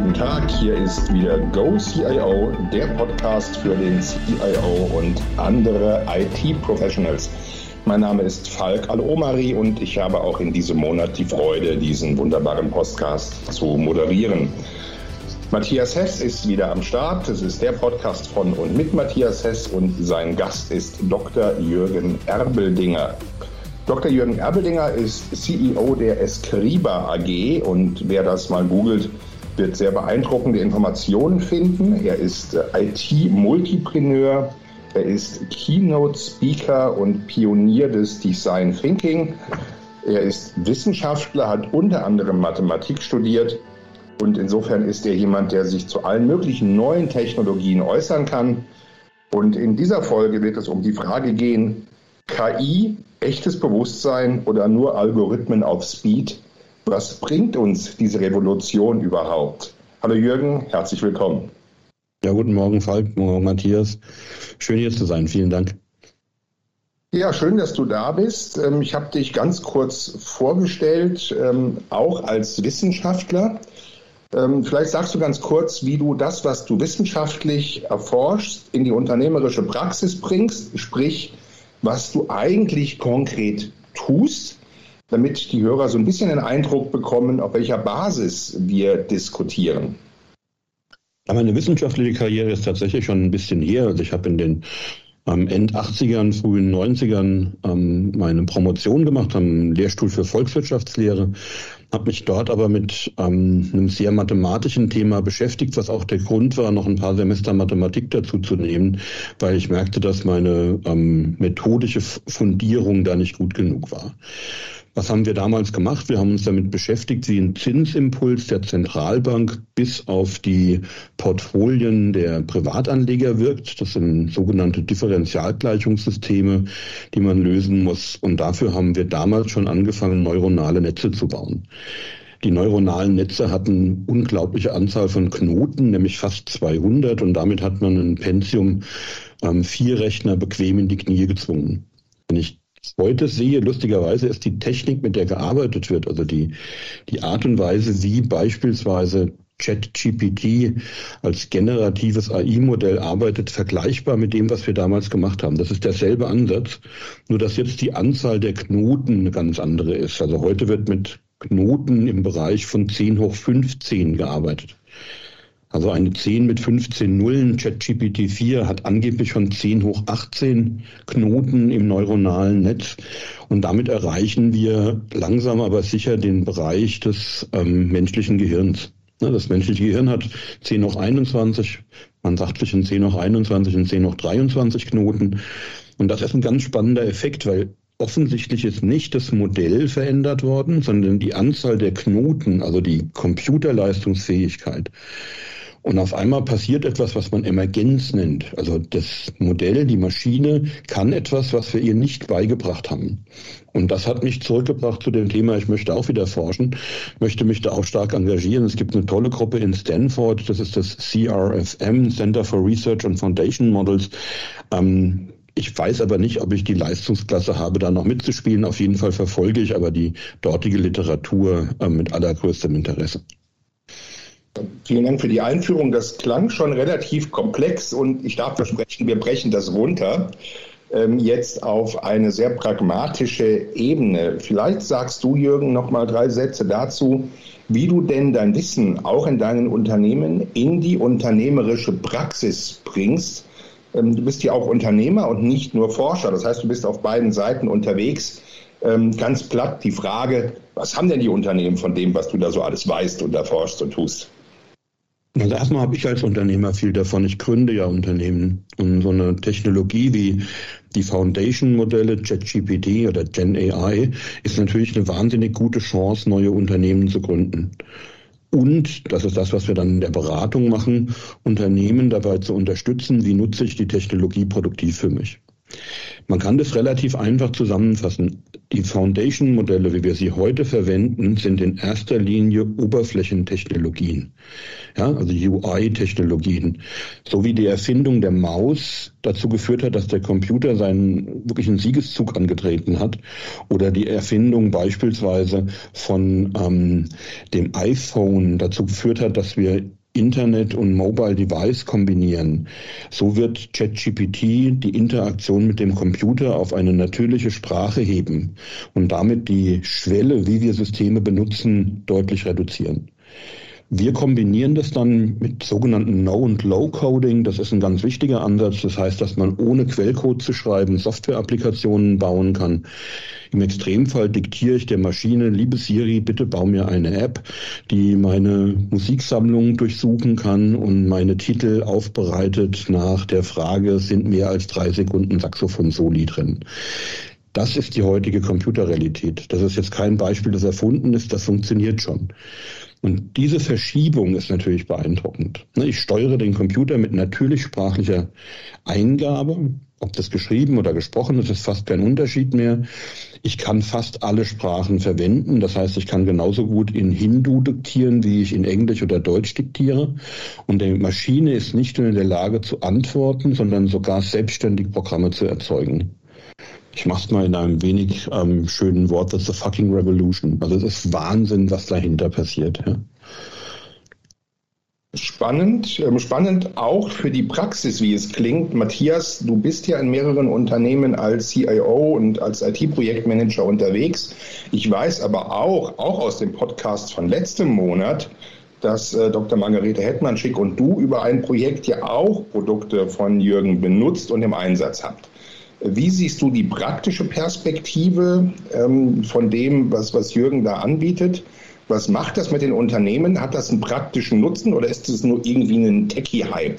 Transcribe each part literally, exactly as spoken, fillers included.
guten Tag. Hier ist wieder Go C I O, der Podcast für den C I O und andere I T-Professionals. Mein Name ist Falk Al-Omari und ich habe auch in diesem Monat die Freude, diesen wunderbaren Podcast zu moderieren. Matthias Hess ist wieder am Start. Es ist der Podcast von und mit Matthias Hess und sein Gast ist Doktor Jürgen Erbeldinger. Doktor Jürgen Erbeldinger ist C E O der Escriba A G und wer das mal googelt, wird sehr beeindruckende Informationen finden. Er ist I T-Multipreneur, er ist Keynote-Speaker und Pionier des Design Thinking. Er ist Wissenschaftler, hat unter anderem Mathematik studiert und insofern ist er jemand, der sich zu allen möglichen neuen Technologien äußern kann. Und in dieser Folge wird es um die Frage gehen, K I, echtes Bewusstsein oder nur Algorithmen auf Speed? Was bringt uns diese Revolution überhaupt? Hallo Jürgen, herzlich willkommen. Ja, guten Morgen Falk, guten Morgen Matthias. Schön hier zu sein, vielen Dank. Ja, schön, dass du da bist. Ich habe dich ganz kurz vorgestellt, auch als Wissenschaftler. Vielleicht sagst du ganz kurz, wie du das, was du wissenschaftlich erforschst, in die unternehmerische Praxis bringst, sprich, was du eigentlich konkret tust, damit die Hörer so ein bisschen den Eindruck bekommen, auf welcher Basis wir diskutieren. Ja, meine wissenschaftliche Karriere ist tatsächlich schon ein bisschen her. Also ich habe in den ähm, End achtzigern, frühen neunzigern ähm, meine Promotion gemacht am Lehrstuhl für Volkswirtschaftslehre, habe mich dort aber mit ähm, einem sehr mathematischen Thema beschäftigt, was auch der Grund war, noch ein paar Semester Mathematik dazu zu nehmen, weil ich merkte, dass meine ähm, methodische Fundierung da nicht gut genug war. Was haben wir damals gemacht? Wir haben uns damit beschäftigt, wie ein Zinsimpuls der Zentralbank bis auf die Portfolien der Privatanleger wirkt. Das sind sogenannte Differentialgleichungssysteme, die man lösen muss. Und dafür haben wir damals schon angefangen, neuronale Netze zu bauen. Die neuronalen Netze hatten unglaubliche Anzahl von Knoten, nämlich fast zweihundert. Und damit hat man einen Pentium ähm, vier Rechner bequem in die Knie gezwungen. Wenn ich heute sehe, lustigerweise ist die Technik, mit der gearbeitet wird, also die, die Art und Weise, wie beispielsweise ChatGPT als generatives A I-Modell arbeitet, vergleichbar mit dem, was wir damals gemacht haben. Das ist derselbe Ansatz, nur dass jetzt die Anzahl der Knoten eine ganz andere ist. Also heute wird mit Knoten im Bereich von zehn hoch fünfzehn gearbeitet. Also eine zehn mit fünfzehn Nullen, ChatGPT vier hat angeblich schon zehn hoch achtzehn Knoten im neuronalen Netz. Und damit erreichen wir langsam aber sicher den Bereich des ähm, menschlichen Gehirns. Ja, das menschliche Gehirn hat zehn hoch einundzwanzig, man sagt zwischen zehn hoch einundzwanzig und zehn hoch dreiundzwanzig Knoten. Und das ist ein ganz spannender Effekt, weil offensichtlich ist nicht das Modell verändert worden, sondern die Anzahl der Knoten, also die Computerleistungsfähigkeit. Und auf einmal passiert etwas, was man Emergenz nennt. Also das Modell, die Maschine kann etwas, was wir ihr nicht beigebracht haben. Und das hat mich zurückgebracht zu dem Thema, ich möchte auch wieder forschen, möchte mich da auch stark engagieren. Es gibt eine tolle Gruppe in Stanford, das ist das C R F M, Center for Research and Foundation Models. Ähm, Ich weiß aber nicht, ob ich die Leistungsklasse habe, da noch mitzuspielen. Auf jeden Fall verfolge ich aber die dortige Literatur äh, mit allergrößtem Interesse. Vielen Dank für die Einführung. Das klang schon relativ komplex und ich darf versprechen, wir brechen das runter ähm, jetzt auf eine sehr pragmatische Ebene. Vielleicht sagst du, Jürgen, noch mal drei Sätze dazu, wie du denn dein Wissen auch in deinen Unternehmen in die unternehmerische Praxis bringst. Du bist ja auch Unternehmer und nicht nur Forscher. Das heißt, du bist auf beiden Seiten unterwegs. Ganz platt die Frage, was haben denn die Unternehmen von dem, was du da so alles weißt und erforschst und tust? Also erstmal habe ich als Unternehmer viel davon. Ich gründe ja Unternehmen. Und so eine Technologie wie die Foundation-Modelle, ChatGPT oder Gen A I, ist natürlich eine wahnsinnig gute Chance, neue Unternehmen zu gründen. Und, das ist das, was wir dann in der Beratung machen, Unternehmen dabei zu unterstützen, wie nutze ich die Technologie produktiv für mich. Man kann das relativ einfach zusammenfassen. Die Foundation-Modelle, wie wir sie heute verwenden, sind in erster Linie Oberflächentechnologien, ja, also U I-Technologien. So wie die Erfindung der Maus dazu geführt hat, dass der Computer seinen wirklichen Siegeszug angetreten hat, oder die Erfindung beispielsweise von ähm, dem iPhone dazu geführt hat, dass wir Internet und Mobile Device kombinieren. So wird ChatGPT die Interaktion mit dem Computer auf eine natürliche Sprache heben und damit die Schwelle, wie wir Systeme benutzen, deutlich reduzieren. Wir kombinieren das dann mit sogenannten No- und Low-Coding. Das ist ein ganz wichtiger Ansatz. Das heißt, dass man ohne Quellcode zu schreiben Software-Applikationen bauen kann. Im Extremfall diktiere ich der Maschine: liebe Siri, bitte bau mir eine App, die meine Musiksammlung durchsuchen kann und meine Titel aufbereitet nach der Frage, sind mehr als drei Sekunden Saxophon-Soli drin. Das ist die heutige Computerrealität. Das ist jetzt kein Beispiel, das erfunden ist, das funktioniert schon. Und diese Verschiebung ist natürlich beeindruckend. Ich steuere den Computer mit natürlich sprachlicher Eingabe. Ob das geschrieben oder gesprochen ist, ist fast kein Unterschied mehr. Ich kann fast alle Sprachen verwenden. Das heißt, ich kann genauso gut in Hindu diktieren, wie ich in Englisch oder Deutsch diktiere. Und die Maschine ist nicht nur in der Lage zu antworten, sondern sogar selbstständig Programme zu erzeugen. Ich mach's mal in einem wenig ähm, schönen Wort, that's the fucking revolution. Also es ist Wahnsinn, was dahinter passiert. Ja. Spannend, ähm, spannend auch für die Praxis, wie es klingt. Matthias, du bist ja in mehreren Unternehmen als C I O und als I T-Projektmanager unterwegs. Ich weiß aber auch, auch aus dem Podcast von letztem Monat, dass äh, Doktor Margarete Hetmannschick und du über ein Projekt ja auch Produkte von Jürgen benutzt und im Einsatz habt. Wie siehst du die praktische Perspektive ähm, von dem, was, was Jürgen da anbietet? Was macht das mit den Unternehmen? Hat das einen praktischen Nutzen oder ist es nur irgendwie ein Techie-Hype?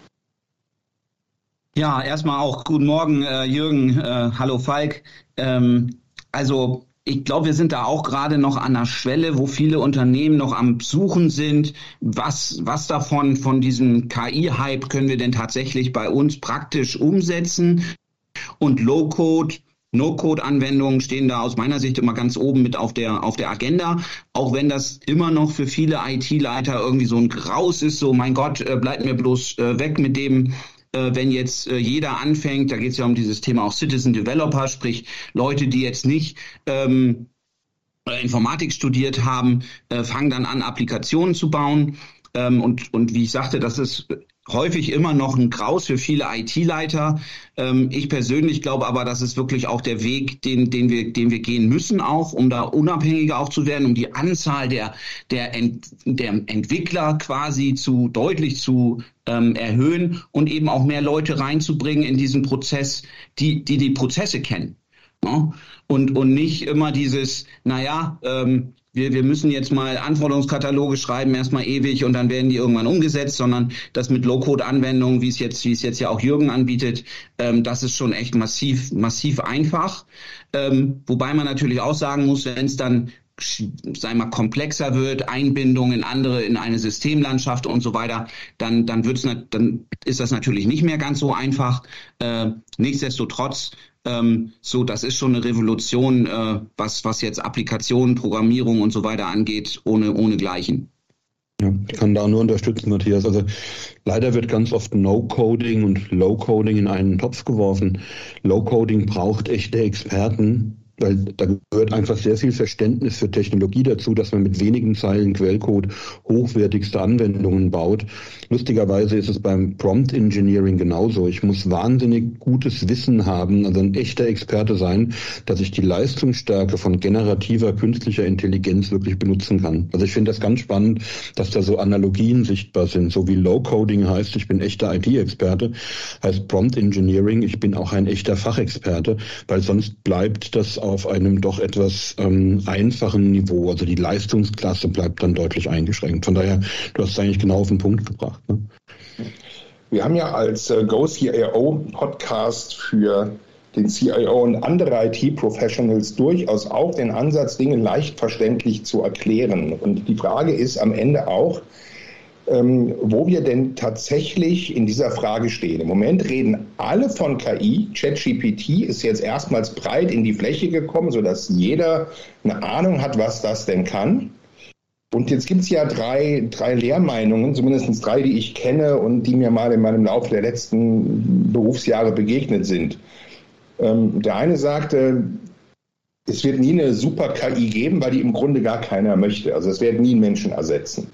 Ja, erstmal auch guten Morgen, äh, Jürgen. Äh, hallo Falk. Ähm, also ich glaube, wir sind da auch gerade noch an der Schwelle, wo viele Unternehmen noch am Suchen sind. Was, was davon, von diesem K I-Hype können wir denn tatsächlich bei uns praktisch umsetzen? Und Low-Code, No-Code-Anwendungen stehen da aus meiner Sicht immer ganz oben mit auf der auf der Agenda, auch wenn das immer noch für viele I T-Leiter irgendwie so ein Graus ist, so mein Gott, äh, bleibt mir bloß äh, weg mit dem, äh, wenn jetzt äh, jeder anfängt, da geht es ja um dieses Thema auch Citizen Developer, sprich Leute, die jetzt nicht ähm, Informatik studiert haben, äh, fangen dann an, Applikationen zu bauen. Ähm, und, und wie ich sagte, das ist häufig immer noch ein Graus für viele I T-Leiter. Ähm, ich persönlich glaube aber, das ist wirklich auch der Weg, den, den wir, den wir gehen müssen auch, um da unabhängiger auch zu werden, um die Anzahl der, der, Ent, der Entwickler quasi zu, deutlich zu ähm, erhöhen und eben auch mehr Leute reinzubringen in diesen Prozess, die, die die Prozesse kennen. Ja? Und, und nicht immer dieses, naja, ähm, Wir, wir müssen jetzt mal Anforderungskataloge schreiben, erstmal ewig und dann werden die irgendwann umgesetzt, sondern das mit Low-Code-Anwendungen, wie es jetzt, wie es jetzt ja auch Jürgen anbietet, ähm, das ist schon echt massiv, massiv einfach. Ähm, wobei man natürlich auch sagen muss, wenn es dann, sagen wir mal, komplexer wird, Einbindung in andere, in eine Systemlandschaft und so weiter, dann, dann wird's, dann ist das natürlich nicht mehr ganz so einfach. Äh, nichtsdestotrotz, Ähm, so, das ist schon eine Revolution, äh, was, was jetzt Applikationen, Programmierung und so weiter angeht, ohne, ohne Gleichen. Ja, ich kann da nur unterstützen, Matthias. Also leider wird ganz oft No-Coding und Low-Coding in einen Topf geworfen. Low-Coding braucht echte Experten, weil da gehört einfach sehr viel Verständnis für Technologie dazu, dass man mit wenigen Zeilen Quellcode hochwertigste Anwendungen baut. Lustigerweise ist es beim Prompt Engineering genauso. Ich muss wahnsinnig gutes Wissen haben, also ein echter Experte sein, dass ich die Leistungsstärke von generativer künstlicher Intelligenz wirklich benutzen kann. Also ich finde das ganz spannend, dass da so Analogien sichtbar sind. So wie Low-Coding heißt, ich bin echter I T-Experte, heißt Prompt Engineering, ich bin auch ein echter Fachexperte, weil sonst bleibt das auf einem doch etwas ähm, einfachen Niveau. Also die Leistungsklasse bleibt dann deutlich eingeschränkt. Von daher, du hast es eigentlich genau auf den Punkt gebracht. Ne? Wir haben ja als äh, Go C I O Podcast für den C I O und andere I T-Professionals durchaus auch den Ansatz, Dinge leicht verständlich zu erklären. Und die Frage ist am Ende auch, ähm, wo wir denn tatsächlich in dieser Frage stehen. Im Moment reden alle von K I. ChatGPT ist jetzt erstmals breit in die Fläche gekommen, sodass jeder eine Ahnung hat, was das denn kann. Und jetzt gibt es ja drei, drei Lehrmeinungen, zumindest drei, die ich kenne und die mir mal in meinem Laufe der letzten Berufsjahre begegnet sind. Ähm, der eine sagte, es wird nie eine super K I geben, weil die im Grunde gar keiner möchte. Also es wird nie einen Menschen ersetzen.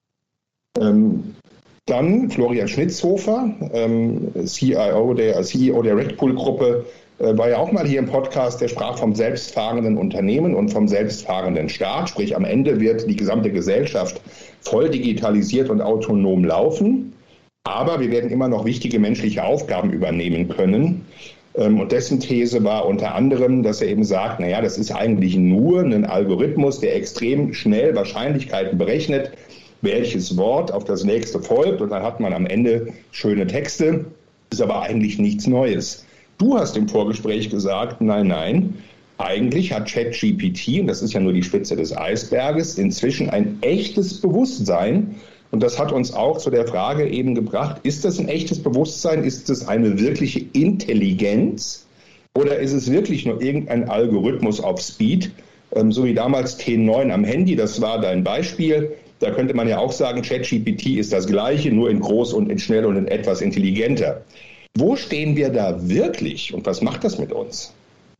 Ähm, dann Florian Schnitzhofer, ähm, C I O der, C E O der Redpool-Gruppe, war ja auch mal hier im Podcast, der sprach vom selbstfahrenden Unternehmen und vom selbstfahrenden Staat. Sprich, am Ende wird die gesamte Gesellschaft voll digitalisiert und autonom laufen. Aber wir werden immer noch wichtige menschliche Aufgaben übernehmen können. Und dessen These war unter anderem, dass er eben sagt, naja, das ist eigentlich nur ein Algorithmus, der extrem schnell Wahrscheinlichkeiten berechnet, welches Wort auf das nächste folgt. Und dann hat man am Ende schöne Texte. Ist aber eigentlich nichts Neues. Du hast im Vorgespräch gesagt, nein, nein, eigentlich hat ChatGPT, und das ist ja nur die Spitze des Eisberges, inzwischen ein echtes Bewusstsein. Und das hat uns auch zu der Frage eben gebracht, ist das ein echtes Bewusstsein? Ist das eine wirkliche Intelligenz? Oder ist es wirklich nur irgendein Algorithmus auf Speed? Ähm, so wie damals T neun am Handy, das war dein Beispiel. Da könnte man ja auch sagen, ChatGPT ist das Gleiche, nur in groß und in schnell und in etwas intelligenter. Wo stehen wir da wirklich und was macht das mit uns?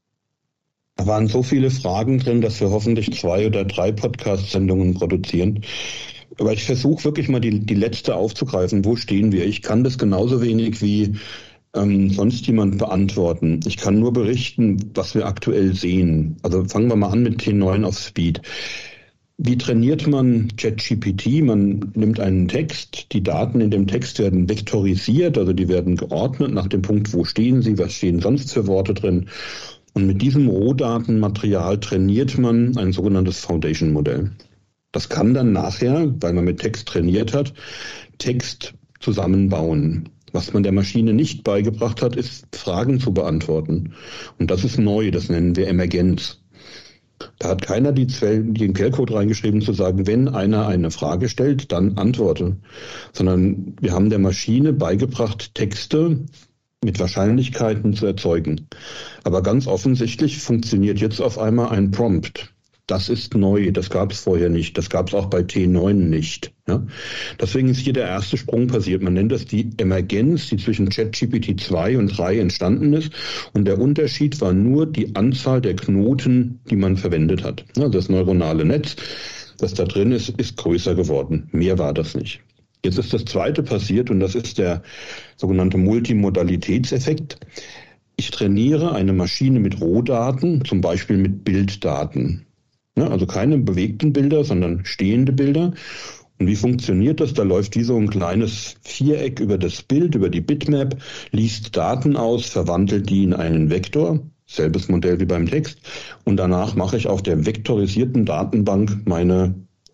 Da waren so viele Fragen drin, dass wir hoffentlich zwei oder drei Podcast-Sendungen produzieren. Aber ich versuche wirklich mal die, die letzte aufzugreifen. Wo stehen wir? Ich kann das genauso wenig wie ähm, sonst jemand beantworten. Ich kann nur berichten, was wir aktuell sehen. Also fangen wir mal an mit T neun auf Speed. Wie trainiert man ChatGPT? Man nimmt einen Text, die Daten in dem Text werden vektorisiert, also die werden geordnet nach dem Punkt, wo stehen sie, was stehen sonst für Worte drin. Und mit diesem Rohdatenmaterial trainiert man ein sogenanntes Foundation-Modell. Das kann dann nachher, weil man mit Text trainiert hat, Text zusammenbauen. Was man der Maschine nicht beigebracht hat, ist Fragen zu beantworten. Und das ist neu, das nennen wir Emergenz. Da hat keiner die, den Quellcode reingeschrieben, zu sagen, wenn einer eine Frage stellt, dann antworte. Sondern wir haben der Maschine beigebracht, Texte mit Wahrscheinlichkeiten zu erzeugen. Aber ganz offensichtlich funktioniert jetzt auf einmal ein Prompt. Das ist neu, das gab es vorher nicht. Das gab es auch bei T neun nicht. Ja? Deswegen ist hier der erste Sprung passiert. Man nennt das die Emergenz, die zwischen ChatGPT zwei und drei entstanden ist. Und der Unterschied war nur die Anzahl der Knoten, die man verwendet hat. Also das neuronale Netz, das da drin ist, ist größer geworden. Mehr war das nicht. Jetzt ist das Zweite passiert und das ist der sogenannte Multimodalitätseffekt. Ich trainiere eine Maschine mit Rohdaten, zum Beispiel mit Bilddaten. Also keine bewegten Bilder, sondern stehende Bilder. Und wie funktioniert das? Da läuft wie so ein kleines Viereck über das Bild, über die Bitmap, liest Daten aus, verwandelt die in einen Vektor. Selbes Modell wie beim Text. Und danach mache ich auf der vektorisierten Datenbank meine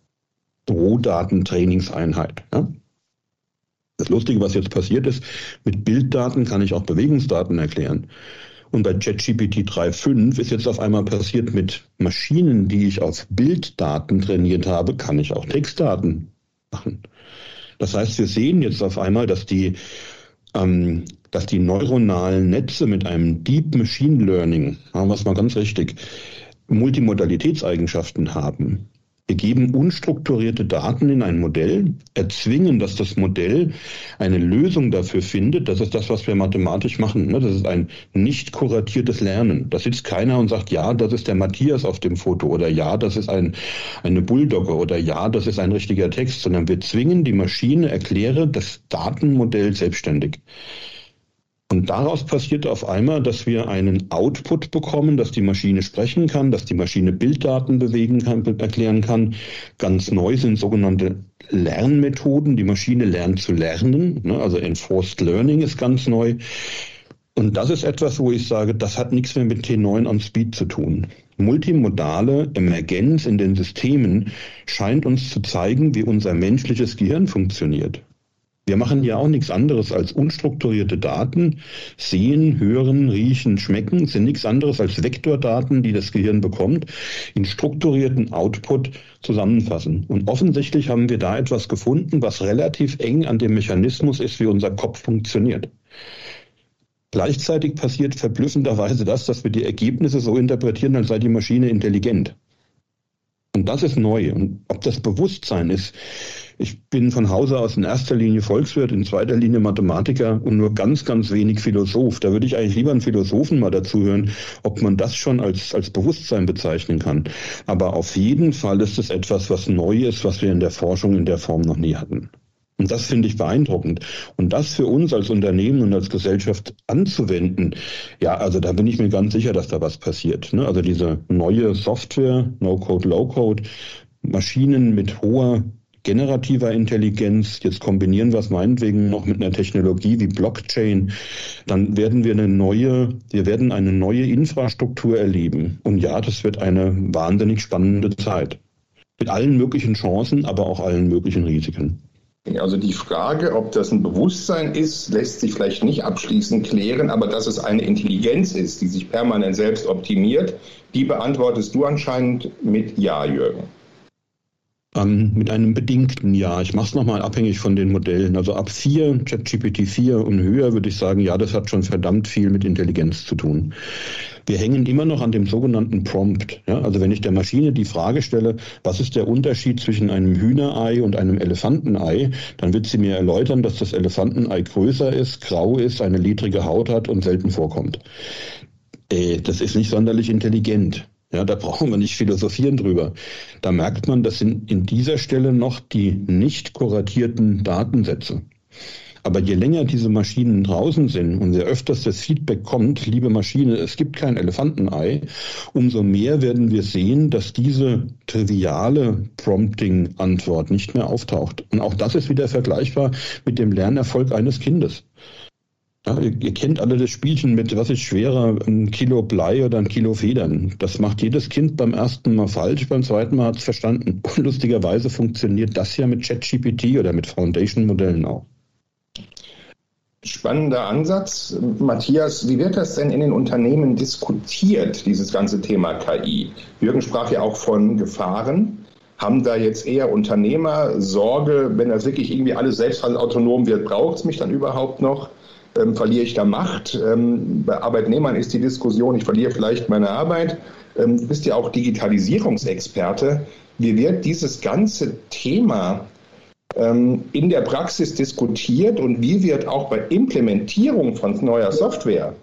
Rohdatentrainingseinheit. Ja? Das Lustige, was jetzt passiert ist, mit Bilddaten kann ich auch Bewegungsdaten erklären. Und bei ChatGPT drei Punkt fünf ist jetzt auf einmal passiert, mit Maschinen, die ich auf Bilddaten trainiert habe, kann ich auch Textdaten machen. Das heißt, wir sehen jetzt auf einmal, dass die, ähm, dass die neuronalen Netze mit einem Deep Machine Learning, machen wir es mal ganz richtig, Multimodalitätseigenschaften haben. Wir geben unstrukturierte Daten in ein Modell, erzwingen, dass das Modell eine Lösung dafür findet. Das ist das, was wir mathematisch machen. Das ist ein nicht kuratiertes Lernen. Da sitzt keiner und sagt, ja, das ist der Matthias auf dem Foto oder ja, das ist ein, eine Bulldogge oder ja, das ist ein richtiger Text, sondern wir zwingen die Maschine, erkläre das Datenmodell selbstständig. Und daraus passiert auf einmal, dass wir einen Output bekommen, dass die Maschine sprechen kann, dass die Maschine Bilddaten bewegen kann, erklären kann. Ganz neu sind sogenannte Lernmethoden. Die Maschine lernt zu lernen, ne? Also Enforced Learning ist ganz neu. Und das ist etwas, wo ich sage, das hat nichts mehr mit T neun on Speed zu tun. Multimodale Emergenz in den Systemen scheint uns zu zeigen, wie unser menschliches Gehirn funktioniert. Wir machen ja auch nichts anderes als unstrukturierte Daten. Sehen, hören, riechen, schmecken sind nichts anderes als Vektordaten, die das Gehirn bekommt, in strukturierten Output zusammenfassen. Und offensichtlich haben wir da etwas gefunden, was relativ eng an dem Mechanismus ist, wie unser Kopf funktioniert. Gleichzeitig passiert verblüffenderweise das, dass wir die Ergebnisse so interpretieren, als sei die Maschine intelligent. Und das ist neu. Und ob das Bewusstsein ist, ich bin von Hause aus in erster Linie Volkswirt, in zweiter Linie Mathematiker und nur ganz, ganz wenig Philosoph. Da würde ich eigentlich lieber einen Philosophen mal dazu hören, ob man das schon als, als Bewusstsein bezeichnen kann. Aber auf jeden Fall ist es etwas, was neu ist, was wir in der Forschung in der Form noch nie hatten. Und das finde ich beeindruckend. Und das für uns als Unternehmen und als Gesellschaft anzuwenden, ja, also da bin ich mir ganz sicher, dass da was passiert. Ne? Also diese neue Software, No-Code, Low-Code, Maschinen mit hoher generativer Intelligenz, jetzt kombinieren wir es meinetwegen noch mit einer Technologie wie Blockchain, dann werden wir eine neue, wir werden eine neue Infrastruktur erleben. Und ja, das wird eine wahnsinnig spannende Zeit. Mit allen möglichen Chancen, aber auch allen möglichen Risiken. Also die Frage, ob das ein Bewusstsein ist, lässt sich vielleicht nicht abschließend klären, aber dass es eine Intelligenz ist, die sich permanent selbst optimiert, die beantwortest du anscheinend mit Ja, Jürgen. Ähm, mit einem bedingten Ja. Ich mache es nochmal abhängig von den Modellen. Also ab vier, ChatGPT vier und höher würde ich sagen, ja, das hat schon verdammt viel mit Intelligenz zu tun. Wir hängen immer noch an dem sogenannten Prompt. Ja? Also wenn ich der Maschine die Frage stelle, was ist der Unterschied zwischen einem Hühnerei und einem Elefantenei, dann wird sie mir erläutern, dass das Elefantenei größer ist, grau ist, eine ledrige Haut hat und selten vorkommt. Äh, das ist nicht sonderlich intelligent. Ja, da brauchen wir nicht philosophieren drüber. Da merkt man, das sind in dieser Stelle noch die nicht kuratierten Datensätze. Aber je länger diese Maschinen draußen sind und je öfters das Feedback kommt, liebe Maschine, es gibt kein Elefantenei, umso mehr werden wir sehen, dass diese triviale Prompting-Antwort nicht mehr auftaucht. Und auch das ist wieder vergleichbar mit dem Lernerfolg eines Kindes. Ja, ihr, ihr kennt alle das Spielchen mit, was ist schwerer, ein Kilo Blei oder ein Kilo Federn. Das macht jedes Kind beim ersten Mal falsch, beim zweiten Mal hat es verstanden. Und lustigerweise funktioniert das ja mit ChatGPT oder mit Foundation-Modellen auch. Spannender Ansatz. Matthias, wie wird das denn in den Unternehmen diskutiert, dieses ganze Thema K I? Jürgen sprach ja auch von Gefahren. Haben da jetzt eher Unternehmer Sorge, wenn das wirklich irgendwie alles selbstautonom wird, braucht es mich dann überhaupt noch? Ähm, verliere ich da Macht? Ähm, bei Arbeitnehmern ist die Diskussion, ich verliere vielleicht meine Arbeit. Ähm, du bist ja auch Digitalisierungsexperte. Wie wird dieses ganze Thema ähm, in der Praxis diskutiert und wie wird auch bei Implementierung von neuer Software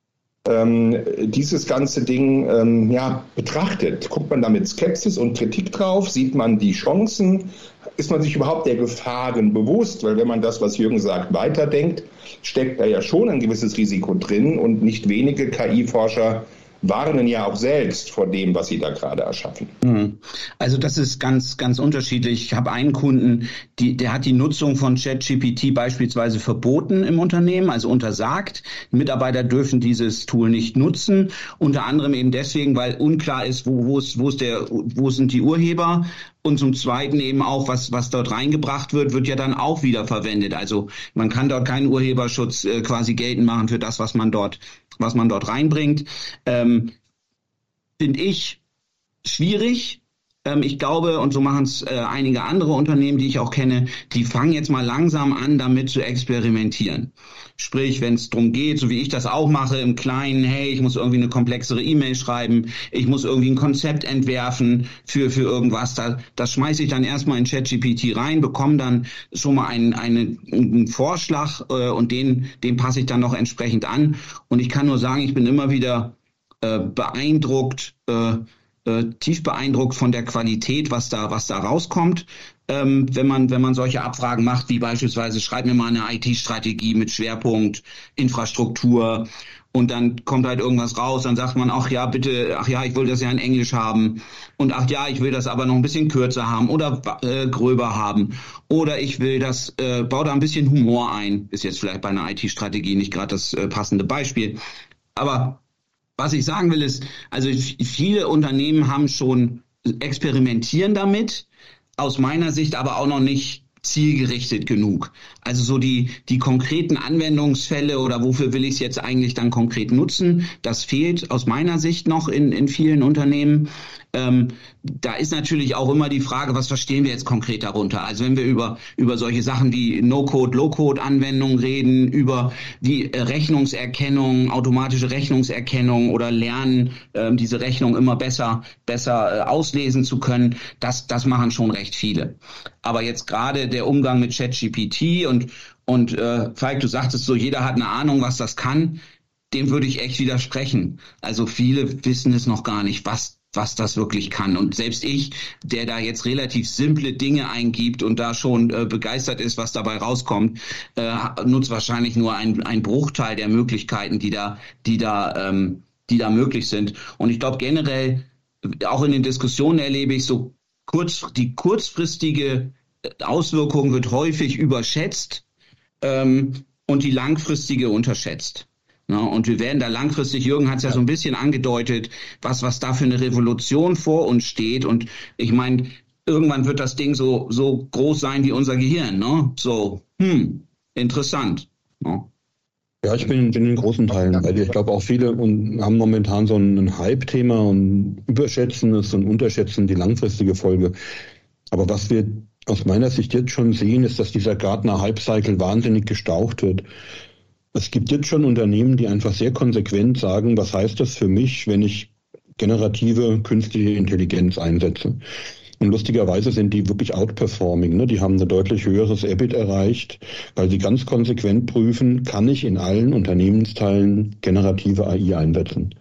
ähm, dieses ganze Ding ähm, ja, betrachtet? Guckt man da mit Skepsis und Kritik drauf? Sieht man die Chancen? Ist man sich überhaupt der Gefahren bewusst? Weil wenn man das, was Jürgen sagt, weiterdenkt, steckt da ja schon ein gewisses Risiko drin und nicht wenige K I-Forscher warnen ja auch selbst vor dem, was sie da gerade erschaffen. Also das ist ganz, ganz unterschiedlich. Ich habe einen Kunden, die, der hat die Nutzung von ChatGPT beispielsweise verboten im Unternehmen, also untersagt. Mitarbeiter dürfen dieses Tool nicht nutzen, unter anderem eben deswegen, weil unklar ist, wo, wo ist, wo ist der, wo sind die Urheber. Und zum Zweiten eben auch, was, was dort reingebracht wird, wird ja dann auch wieder verwendet. Also man kann dort keinen Urheberschutz äh, quasi geltend machen für das, was man dort, was man dort reinbringt. Ähm, finde ich schwierig. Ähm, ich glaube, und so machen es äh, einige andere Unternehmen, die ich auch kenne, die fangen jetzt mal langsam an, damit zu experimentieren. Sprich, wenn es darum geht, so wie ich das auch mache, im Kleinen, hey, ich muss irgendwie eine komplexere E-Mail schreiben, ich muss irgendwie ein Konzept entwerfen für für irgendwas, da, das schmeiße ich dann erstmal in ChatGPT rein, bekomme dann schon mal einen, einen, einen Vorschlag äh, und den, den passe ich dann noch entsprechend an. Und ich kann nur sagen, ich bin immer wieder äh, beeindruckt, äh, äh, tief beeindruckt von der Qualität, was da, was da rauskommt. Ähm, wenn man, wenn man solche Abfragen macht, wie beispielsweise, schreib mir mal eine I T-Strategie mit Schwerpunkt Infrastruktur und dann kommt halt irgendwas raus, dann sagt man, ach ja, bitte, ach ja, ich will das ja in Englisch haben und ach ja, ich will das aber noch ein bisschen kürzer haben oder äh, gröber haben oder ich will das, äh, baue da ein bisschen Humor ein, ist jetzt vielleicht bei einer I T-Strategie nicht gerade das äh, passende Beispiel, aber was ich sagen will ist, also viele Unternehmen haben schon experimentieren damit, aus meiner Sicht aber auch noch nicht zielgerichtet genug. Also so die, die konkreten Anwendungsfälle oder wofür will ich es jetzt eigentlich dann konkret nutzen, das fehlt aus meiner Sicht noch in, in vielen Unternehmen. Ähm, da ist natürlich auch immer die Frage, was verstehen wir jetzt konkret darunter? Also wenn wir über, über solche Sachen wie No-Code, Low-Code-Anwendungen reden, über die Rechnungserkennung, automatische Rechnungserkennung oder lernen, ähm, diese Rechnung immer besser, besser äh, auslesen zu können, das, das machen schon recht viele. Aber jetzt gerade der Umgang mit ChatGPT und, und äh, Falk, du sagtest so, jeder hat eine Ahnung, was das kann, dem würde ich echt widersprechen. Also viele wissen es noch gar nicht, was was das wirklich kann. Und selbst ich, der da jetzt relativ simple Dinge eingibt und da schon äh, begeistert ist, was dabei rauskommt, äh, nutzt wahrscheinlich nur ein, ein Bruchteil der Möglichkeiten, die da, die da, ähm, die da möglich sind. Und ich glaube generell, auch in den Diskussionen erlebe ich so kurz, die kurzfristige Auswirkung wird häufig überschätzt ähm, und die langfristige unterschätzt. Ja, und wir werden da langfristig, Jürgen hat es ja so ein bisschen angedeutet, was was da für eine Revolution vor uns steht. Und ich meine, irgendwann wird das Ding so so groß sein wie unser Gehirn. Ne? So, hm, interessant. Ne? Ja, ich bin, bin in großen Teilen bei dir. Ich glaube auch viele und haben momentan so ein Hype-Thema und überschätzen es und unterschätzen die langfristige Folge. Aber was wir aus meiner Sicht jetzt schon sehen, ist, dass dieser Gartner-Hype-Cycle wahnsinnig gestaucht wird. Es gibt jetzt schon Unternehmen, die einfach sehr konsequent sagen, was heißt das für mich, wenn ich generative künstliche Intelligenz einsetze. Und lustigerweise sind die wirklich outperforming. Ne? Die haben ein deutlich höheres E B I T erreicht, weil sie ganz konsequent prüfen, kann ich in allen Unternehmensteilen generative A I einsetzen.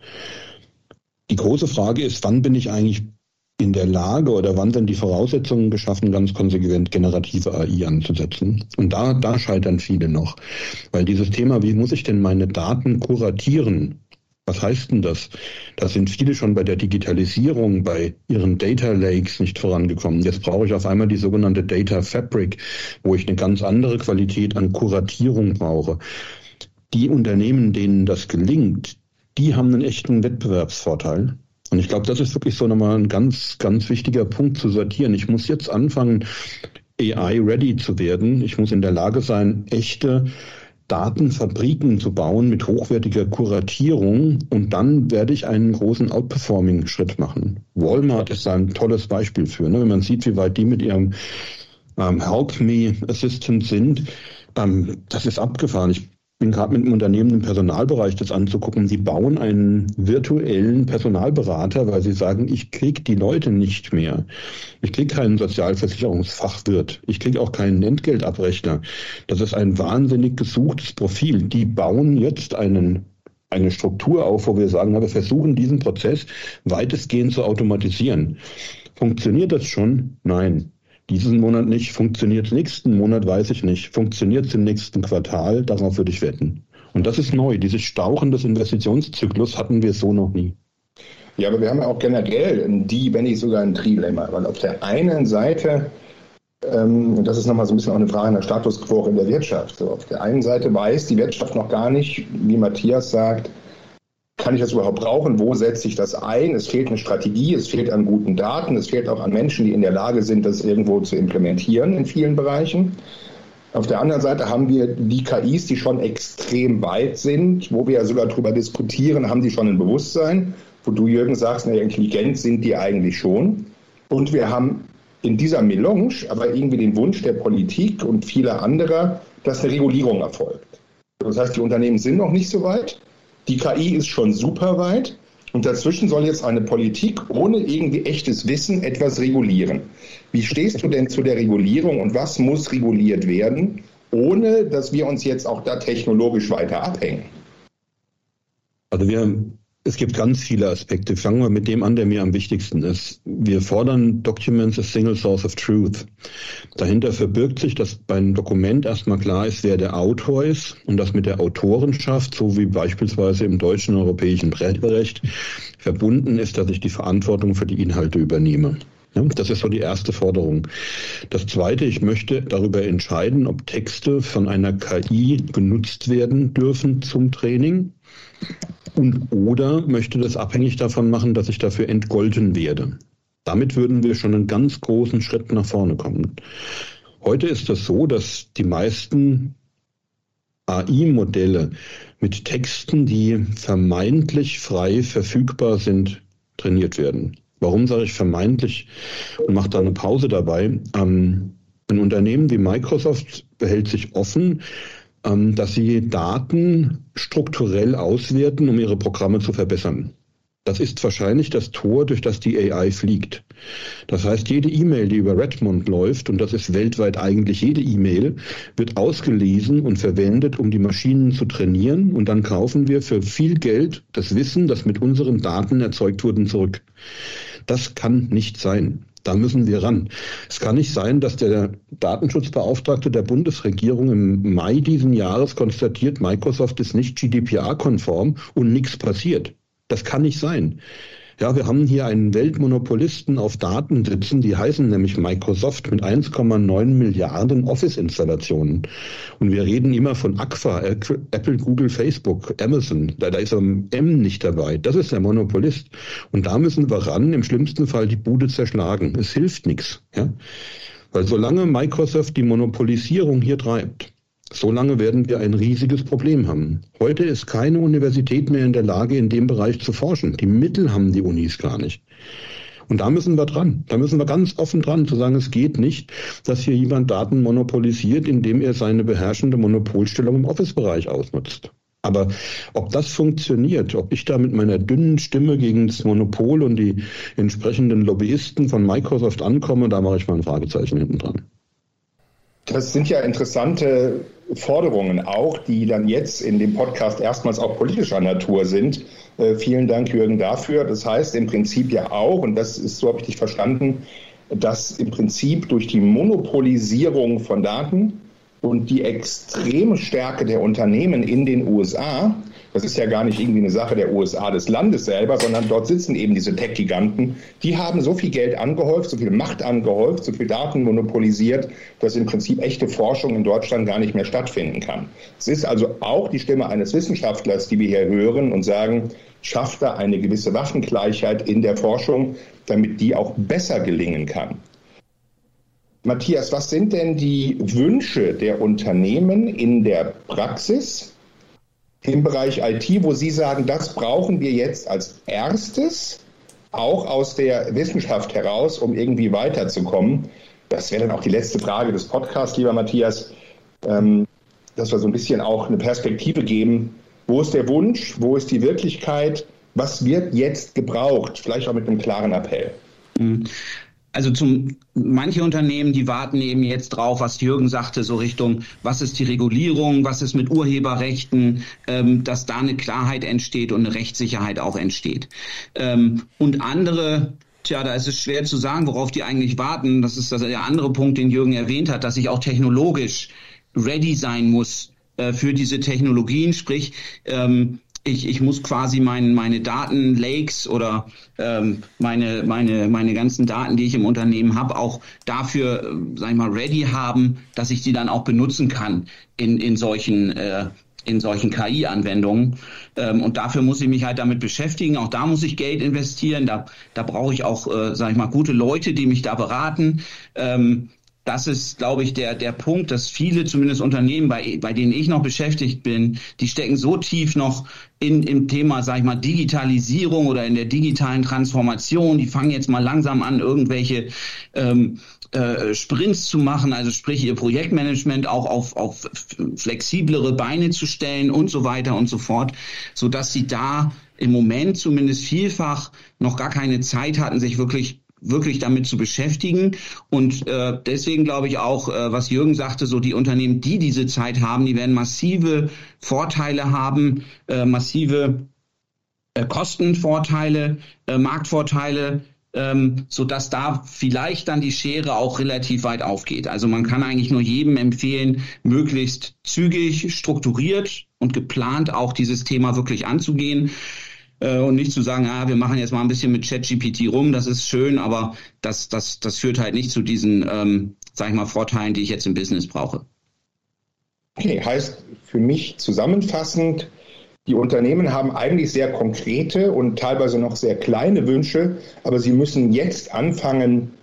Die große Frage ist, wann bin ich eigentlich in der Lage oder wann sind die Voraussetzungen geschaffen, ganz konsequent generative A I anzusetzen? Und da, da scheitern viele noch. Weil dieses Thema, wie muss ich denn meine Daten kuratieren? Was heißt denn das? Da sind viele schon bei der Digitalisierung, bei ihren Data Lakes nicht vorangekommen. Jetzt brauche ich auf einmal die sogenannte Data Fabric, wo ich eine ganz andere Qualität an Kuratierung brauche. Die Unternehmen, denen das gelingt, die haben einen echten Wettbewerbsvorteil. Und ich glaube, das ist wirklich so nochmal ein ganz, ganz wichtiger Punkt zu sortieren. Ich muss jetzt anfangen, A I-ready zu werden. Ich muss in der Lage sein, echte Datenfabriken zu bauen mit hochwertiger Kuratierung. Und dann werde ich einen großen Outperforming-Schritt machen. Walmart ist da ein tolles Beispiel für. Ne? Wenn man sieht, wie weit die mit ihrem ähm, Help Me Assistant sind, ähm, das ist abgefahren. Ich bin gerade mit einem Unternehmen im Personalbereich das anzugucken. Die bauen einen virtuellen Personalberater, weil sie sagen, ich kriege die Leute nicht mehr. Ich kriege keinen Sozialversicherungsfachwirt. Ich kriege auch keinen Entgeltabrechner. Das ist ein wahnsinnig gesuchtes Profil. Die bauen jetzt einen eine Struktur auf, wo wir sagen, wir versuchen diesen Prozess weitestgehend zu automatisieren. Funktioniert das schon? Nein. Diesen Monat nicht, funktioniert nächsten Monat, weiß ich nicht. Funktioniert es im nächsten Quartal, darauf würde ich wetten. Und das ist neu. Dieses Stauchen des Investitionszyklus hatten wir so noch nie. Ja, aber wir haben ja auch generell ein Die, wenn nicht sogar ein Trilemma. Weil auf der einen Seite, ähm, und das ist nochmal so ein bisschen auch eine Frage nach Status quo in der Wirtschaft. So, auf der einen Seite weiß die Wirtschaft noch gar nicht, wie Matthias sagt, kann ich das überhaupt brauchen? Wo setze ich das ein? Es fehlt eine Strategie, es fehlt an guten Daten, es fehlt auch an Menschen, die in der Lage sind, das irgendwo zu implementieren in vielen Bereichen. Auf der anderen Seite haben wir die K Is, die schon extrem weit sind, wo wir ja sogar darüber diskutieren, haben die schon ein Bewusstsein, wo du, Jürgen, sagst, na, intelligent sind die eigentlich schon. Und wir haben in dieser Melange aber irgendwie den Wunsch der Politik und vieler anderer, dass eine Regulierung erfolgt. Das heißt, die Unternehmen sind noch nicht so weit. Die K I ist schon super weit und dazwischen soll jetzt eine Politik ohne irgendwie echtes Wissen etwas regulieren. Wie stehst du denn zu der Regulierung und was muss reguliert werden, ohne dass wir uns jetzt auch da technologisch weiter abhängen? Also wir, es gibt ganz viele Aspekte. Fangen wir mit dem an, der mir am wichtigsten ist. Wir fordern Documents as Single Source of Truth. Dahinter verbirgt sich, dass beim Dokument erstmal klar ist, wer der Autor ist und dass mit der Autorenschaft, so wie beispielsweise im deutschen und europäischen Recht, verbunden ist, dass ich die Verantwortung für die Inhalte übernehme. Ja, das ist so die erste Forderung. Das zweite, ich möchte darüber entscheiden, ob Texte von einer K I genutzt werden dürfen zum Training. Und oder möchte das abhängig davon machen, dass ich dafür entgolten werde. Damit würden wir schon einen ganz großen Schritt nach vorne kommen. Heute ist das so, dass die meisten A I-Modelle mit Texten, die vermeintlich frei verfügbar sind, trainiert werden. Warum sage ich vermeintlich und mache da eine Pause dabei? Ähm, ein Unternehmen wie Microsoft behält sich offen, ähm, dass sie Daten strukturell auswerten, um ihre Programme zu verbessern. Das ist wahrscheinlich das Tor, durch das die A I fliegt. Das heißt, jede E-Mail, die über Redmond läuft, und das ist weltweit eigentlich jede E-Mail, wird ausgelesen und verwendet, um die Maschinen zu trainieren. Und dann kaufen wir für viel Geld das Wissen, das mit unseren Daten erzeugt wurde, zurück. Das kann nicht sein. Da müssen wir ran. Es kann nicht sein, dass der Datenschutzbeauftragte der Bundesregierung im Mai diesen Jahres konstatiert, Microsoft ist nicht G D P R-konform und nichts passiert. Das kann nicht sein. Ja, wir haben hier einen Weltmonopolisten auf Daten sitzen, die heißen nämlich Microsoft mit eins Komma neun Milliarden Office-Installationen. Und wir reden immer von Agfa, Apple, Google, Facebook, Amazon. Da, da ist ein M nicht dabei. Das ist der Monopolist. Und da müssen wir ran, im schlimmsten Fall die Bude zerschlagen. Es hilft nichts. Ja? Weil solange Microsoft die Monopolisierung hier treibt, solange werden wir ein riesiges Problem haben. Heute ist keine Universität mehr in der Lage, in dem Bereich zu forschen. Die Mittel haben die Unis gar nicht. Und da müssen wir dran. Da müssen wir ganz offen dran, zu sagen, es geht nicht, dass hier jemand Daten monopolisiert, indem er seine beherrschende Monopolstellung im Office-Bereich ausnutzt. Aber ob das funktioniert, ob ich da mit meiner dünnen Stimme gegen das Monopol und die entsprechenden Lobbyisten von Microsoft ankomme, da mache ich mal ein Fragezeichen hinten dran. Das sind ja interessante Forderungen auch, die dann jetzt in dem Podcast erstmals auch politischer Natur sind. Äh, vielen Dank, Jürgen, dafür. Das heißt im Prinzip ja auch, und das ist, so habe ich dich verstanden, dass im Prinzip durch die Monopolisierung von Daten und die extreme Stärke der Unternehmen in den U S A, das ist ja gar nicht irgendwie eine Sache der U S A, des Landes selber, sondern dort sitzen eben diese Tech-Giganten, die haben so viel Geld angehäuft, so viel Macht angehäuft, so viel Daten monopolisiert, dass im Prinzip echte Forschung in Deutschland gar nicht mehr stattfinden kann. Es ist also auch die Stimme eines Wissenschaftlers, die wir hier hören und sagen, schafft da eine gewisse Waffengleichheit in der Forschung, damit die auch besser gelingen kann. Matthias, was sind denn die Wünsche der Unternehmen in der Praxis im Bereich I T, wo Sie sagen, das brauchen wir jetzt als erstes, auch aus der Wissenschaft heraus, um irgendwie weiterzukommen? Das wäre dann auch die letzte Frage des Podcasts, lieber Matthias, ähm, dass wir so ein bisschen auch eine Perspektive geben. Wo ist der Wunsch? Wo ist die Wirklichkeit? Was wird jetzt gebraucht? Vielleicht auch mit einem klaren Appell. Mhm. Also zum manche Unternehmen, die warten eben jetzt drauf, was Jürgen sagte, so Richtung, was ist die Regulierung, was ist mit Urheberrechten, ähm, dass da eine Klarheit entsteht und eine Rechtssicherheit auch entsteht. Ähm, und andere, tja, da ist es schwer zu sagen, worauf die eigentlich warten. Das ist das der andere Punkt, den Jürgen erwähnt hat, dass ich auch technologisch ready sein muss äh, für diese Technologien, sprich ähm, Ich, ich muss quasi mein, meine Datenlakes oder ähm, meine, meine, meine ganzen Daten, die ich im Unternehmen habe, auch dafür, äh, sag ich mal, ready haben, dass ich die dann auch benutzen kann in, in solchen, äh, in solchen K I-Anwendungen. Ähm, und dafür muss ich mich halt damit beschäftigen. Auch da muss ich Geld investieren. Da, da brauche ich auch, äh, sag ich mal, gute Leute, die mich da beraten. Ähm, Das ist, glaube ich, der der Punkt, dass viele, zumindest Unternehmen, bei bei denen ich noch beschäftigt bin, die stecken so tief noch in im Thema, sag ich mal, Digitalisierung oder in der digitalen Transformation. Die fangen jetzt mal langsam an, irgendwelche ähm, äh, Sprints zu machen, also sprich ihr Projektmanagement auch auf auf flexiblere Beine zu stellen und so weiter und so fort, so dass sie da im Moment zumindest vielfach noch gar keine Zeit hatten, sich wirklich wirklich damit zu beschäftigen. Und äh, deswegen glaube ich auch, äh, was Jürgen sagte, so die Unternehmen, die diese Zeit haben, die werden massive Vorteile haben, äh, massive äh, Kostenvorteile, äh, Marktvorteile, ähm, so dass da vielleicht dann die Schere auch relativ weit aufgeht. Also man kann eigentlich nur jedem empfehlen, möglichst zügig, strukturiert und geplant auch dieses Thema wirklich anzugehen. Und nicht zu sagen, ah, wir machen jetzt mal ein bisschen mit ChatGPT rum, das ist schön, aber das, das, das führt halt nicht zu diesen, ähm, sag ich mal, Vorteilen, die ich jetzt im Business brauche. Okay, heißt für mich zusammenfassend, die Unternehmen haben eigentlich sehr konkrete und teilweise noch sehr kleine Wünsche, aber sie müssen jetzt anfangen,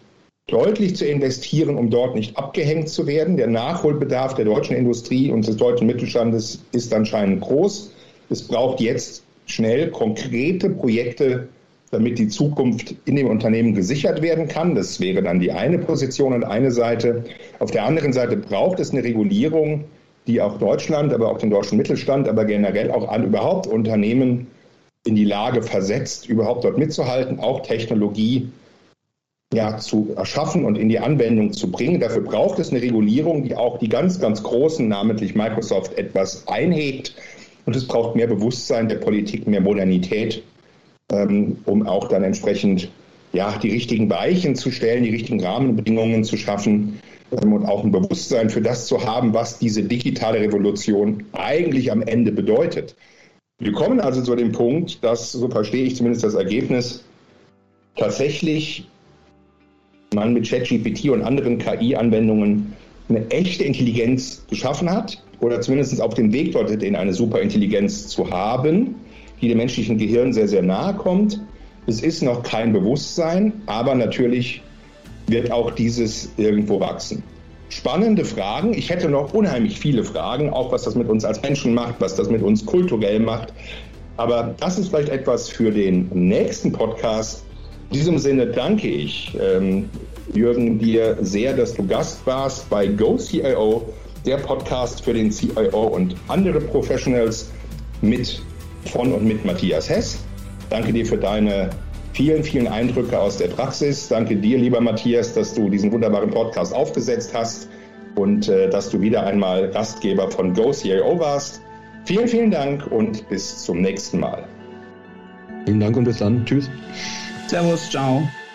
deutlich zu investieren, um dort nicht abgehängt zu werden. Der Nachholbedarf der deutschen Industrie und des deutschen Mittelstandes ist anscheinend groß. Es braucht jetzt schnell konkrete Projekte, damit die Zukunft in dem Unternehmen gesichert werden kann. Das wäre dann die eine Position und eine Seite. Auf der anderen Seite braucht es eine Regulierung, die auch Deutschland, aber auch den deutschen Mittelstand, aber generell auch an überhaupt Unternehmen in die Lage versetzt, überhaupt dort mitzuhalten, auch Technologie ja, zu erschaffen und in die Anwendung zu bringen. Dafür braucht es eine Regulierung, die auch die ganz, ganz Großen, namentlich Microsoft, etwas einhegt. Und es braucht mehr Bewusstsein der Politik, mehr Modernität, ähm, um auch dann entsprechend ja, die richtigen Weichen zu stellen, die richtigen Rahmenbedingungen zu schaffen ähm, und auch ein Bewusstsein für das zu haben, was diese digitale Revolution eigentlich am Ende bedeutet. Wir kommen also zu dem Punkt, dass, so verstehe ich zumindest das Ergebnis, tatsächlich man mit ChatGPT und anderen K I-Anwendungen eine echte Intelligenz geschaffen hat oder zumindest auf dem Weg dorthin in eine Superintelligenz zu haben, die dem menschlichen Gehirn sehr, sehr nahe kommt. Es ist noch kein Bewusstsein, aber natürlich wird auch dieses irgendwo wachsen. Spannende Fragen. Ich hätte noch unheimlich viele Fragen, auch was das mit uns als Menschen macht, was das mit uns kulturell macht. Aber das ist vielleicht etwas für den nächsten Podcast. In diesem Sinne danke ich, ähm, Jürgen, dir sehr, dass du Gast warst bei Go C I O, der Podcast für den C I O und andere Professionals mit, von und mit Matthias Hess. Danke dir für deine vielen, vielen Eindrücke aus der Praxis. Danke dir, lieber Matthias, dass du diesen wunderbaren Podcast aufgesetzt hast und äh, dass du wieder einmal Gastgeber von Go C I O warst. Vielen, vielen Dank und bis zum nächsten Mal. Vielen Dank und bis dann. Tschüss. Servus, ciao.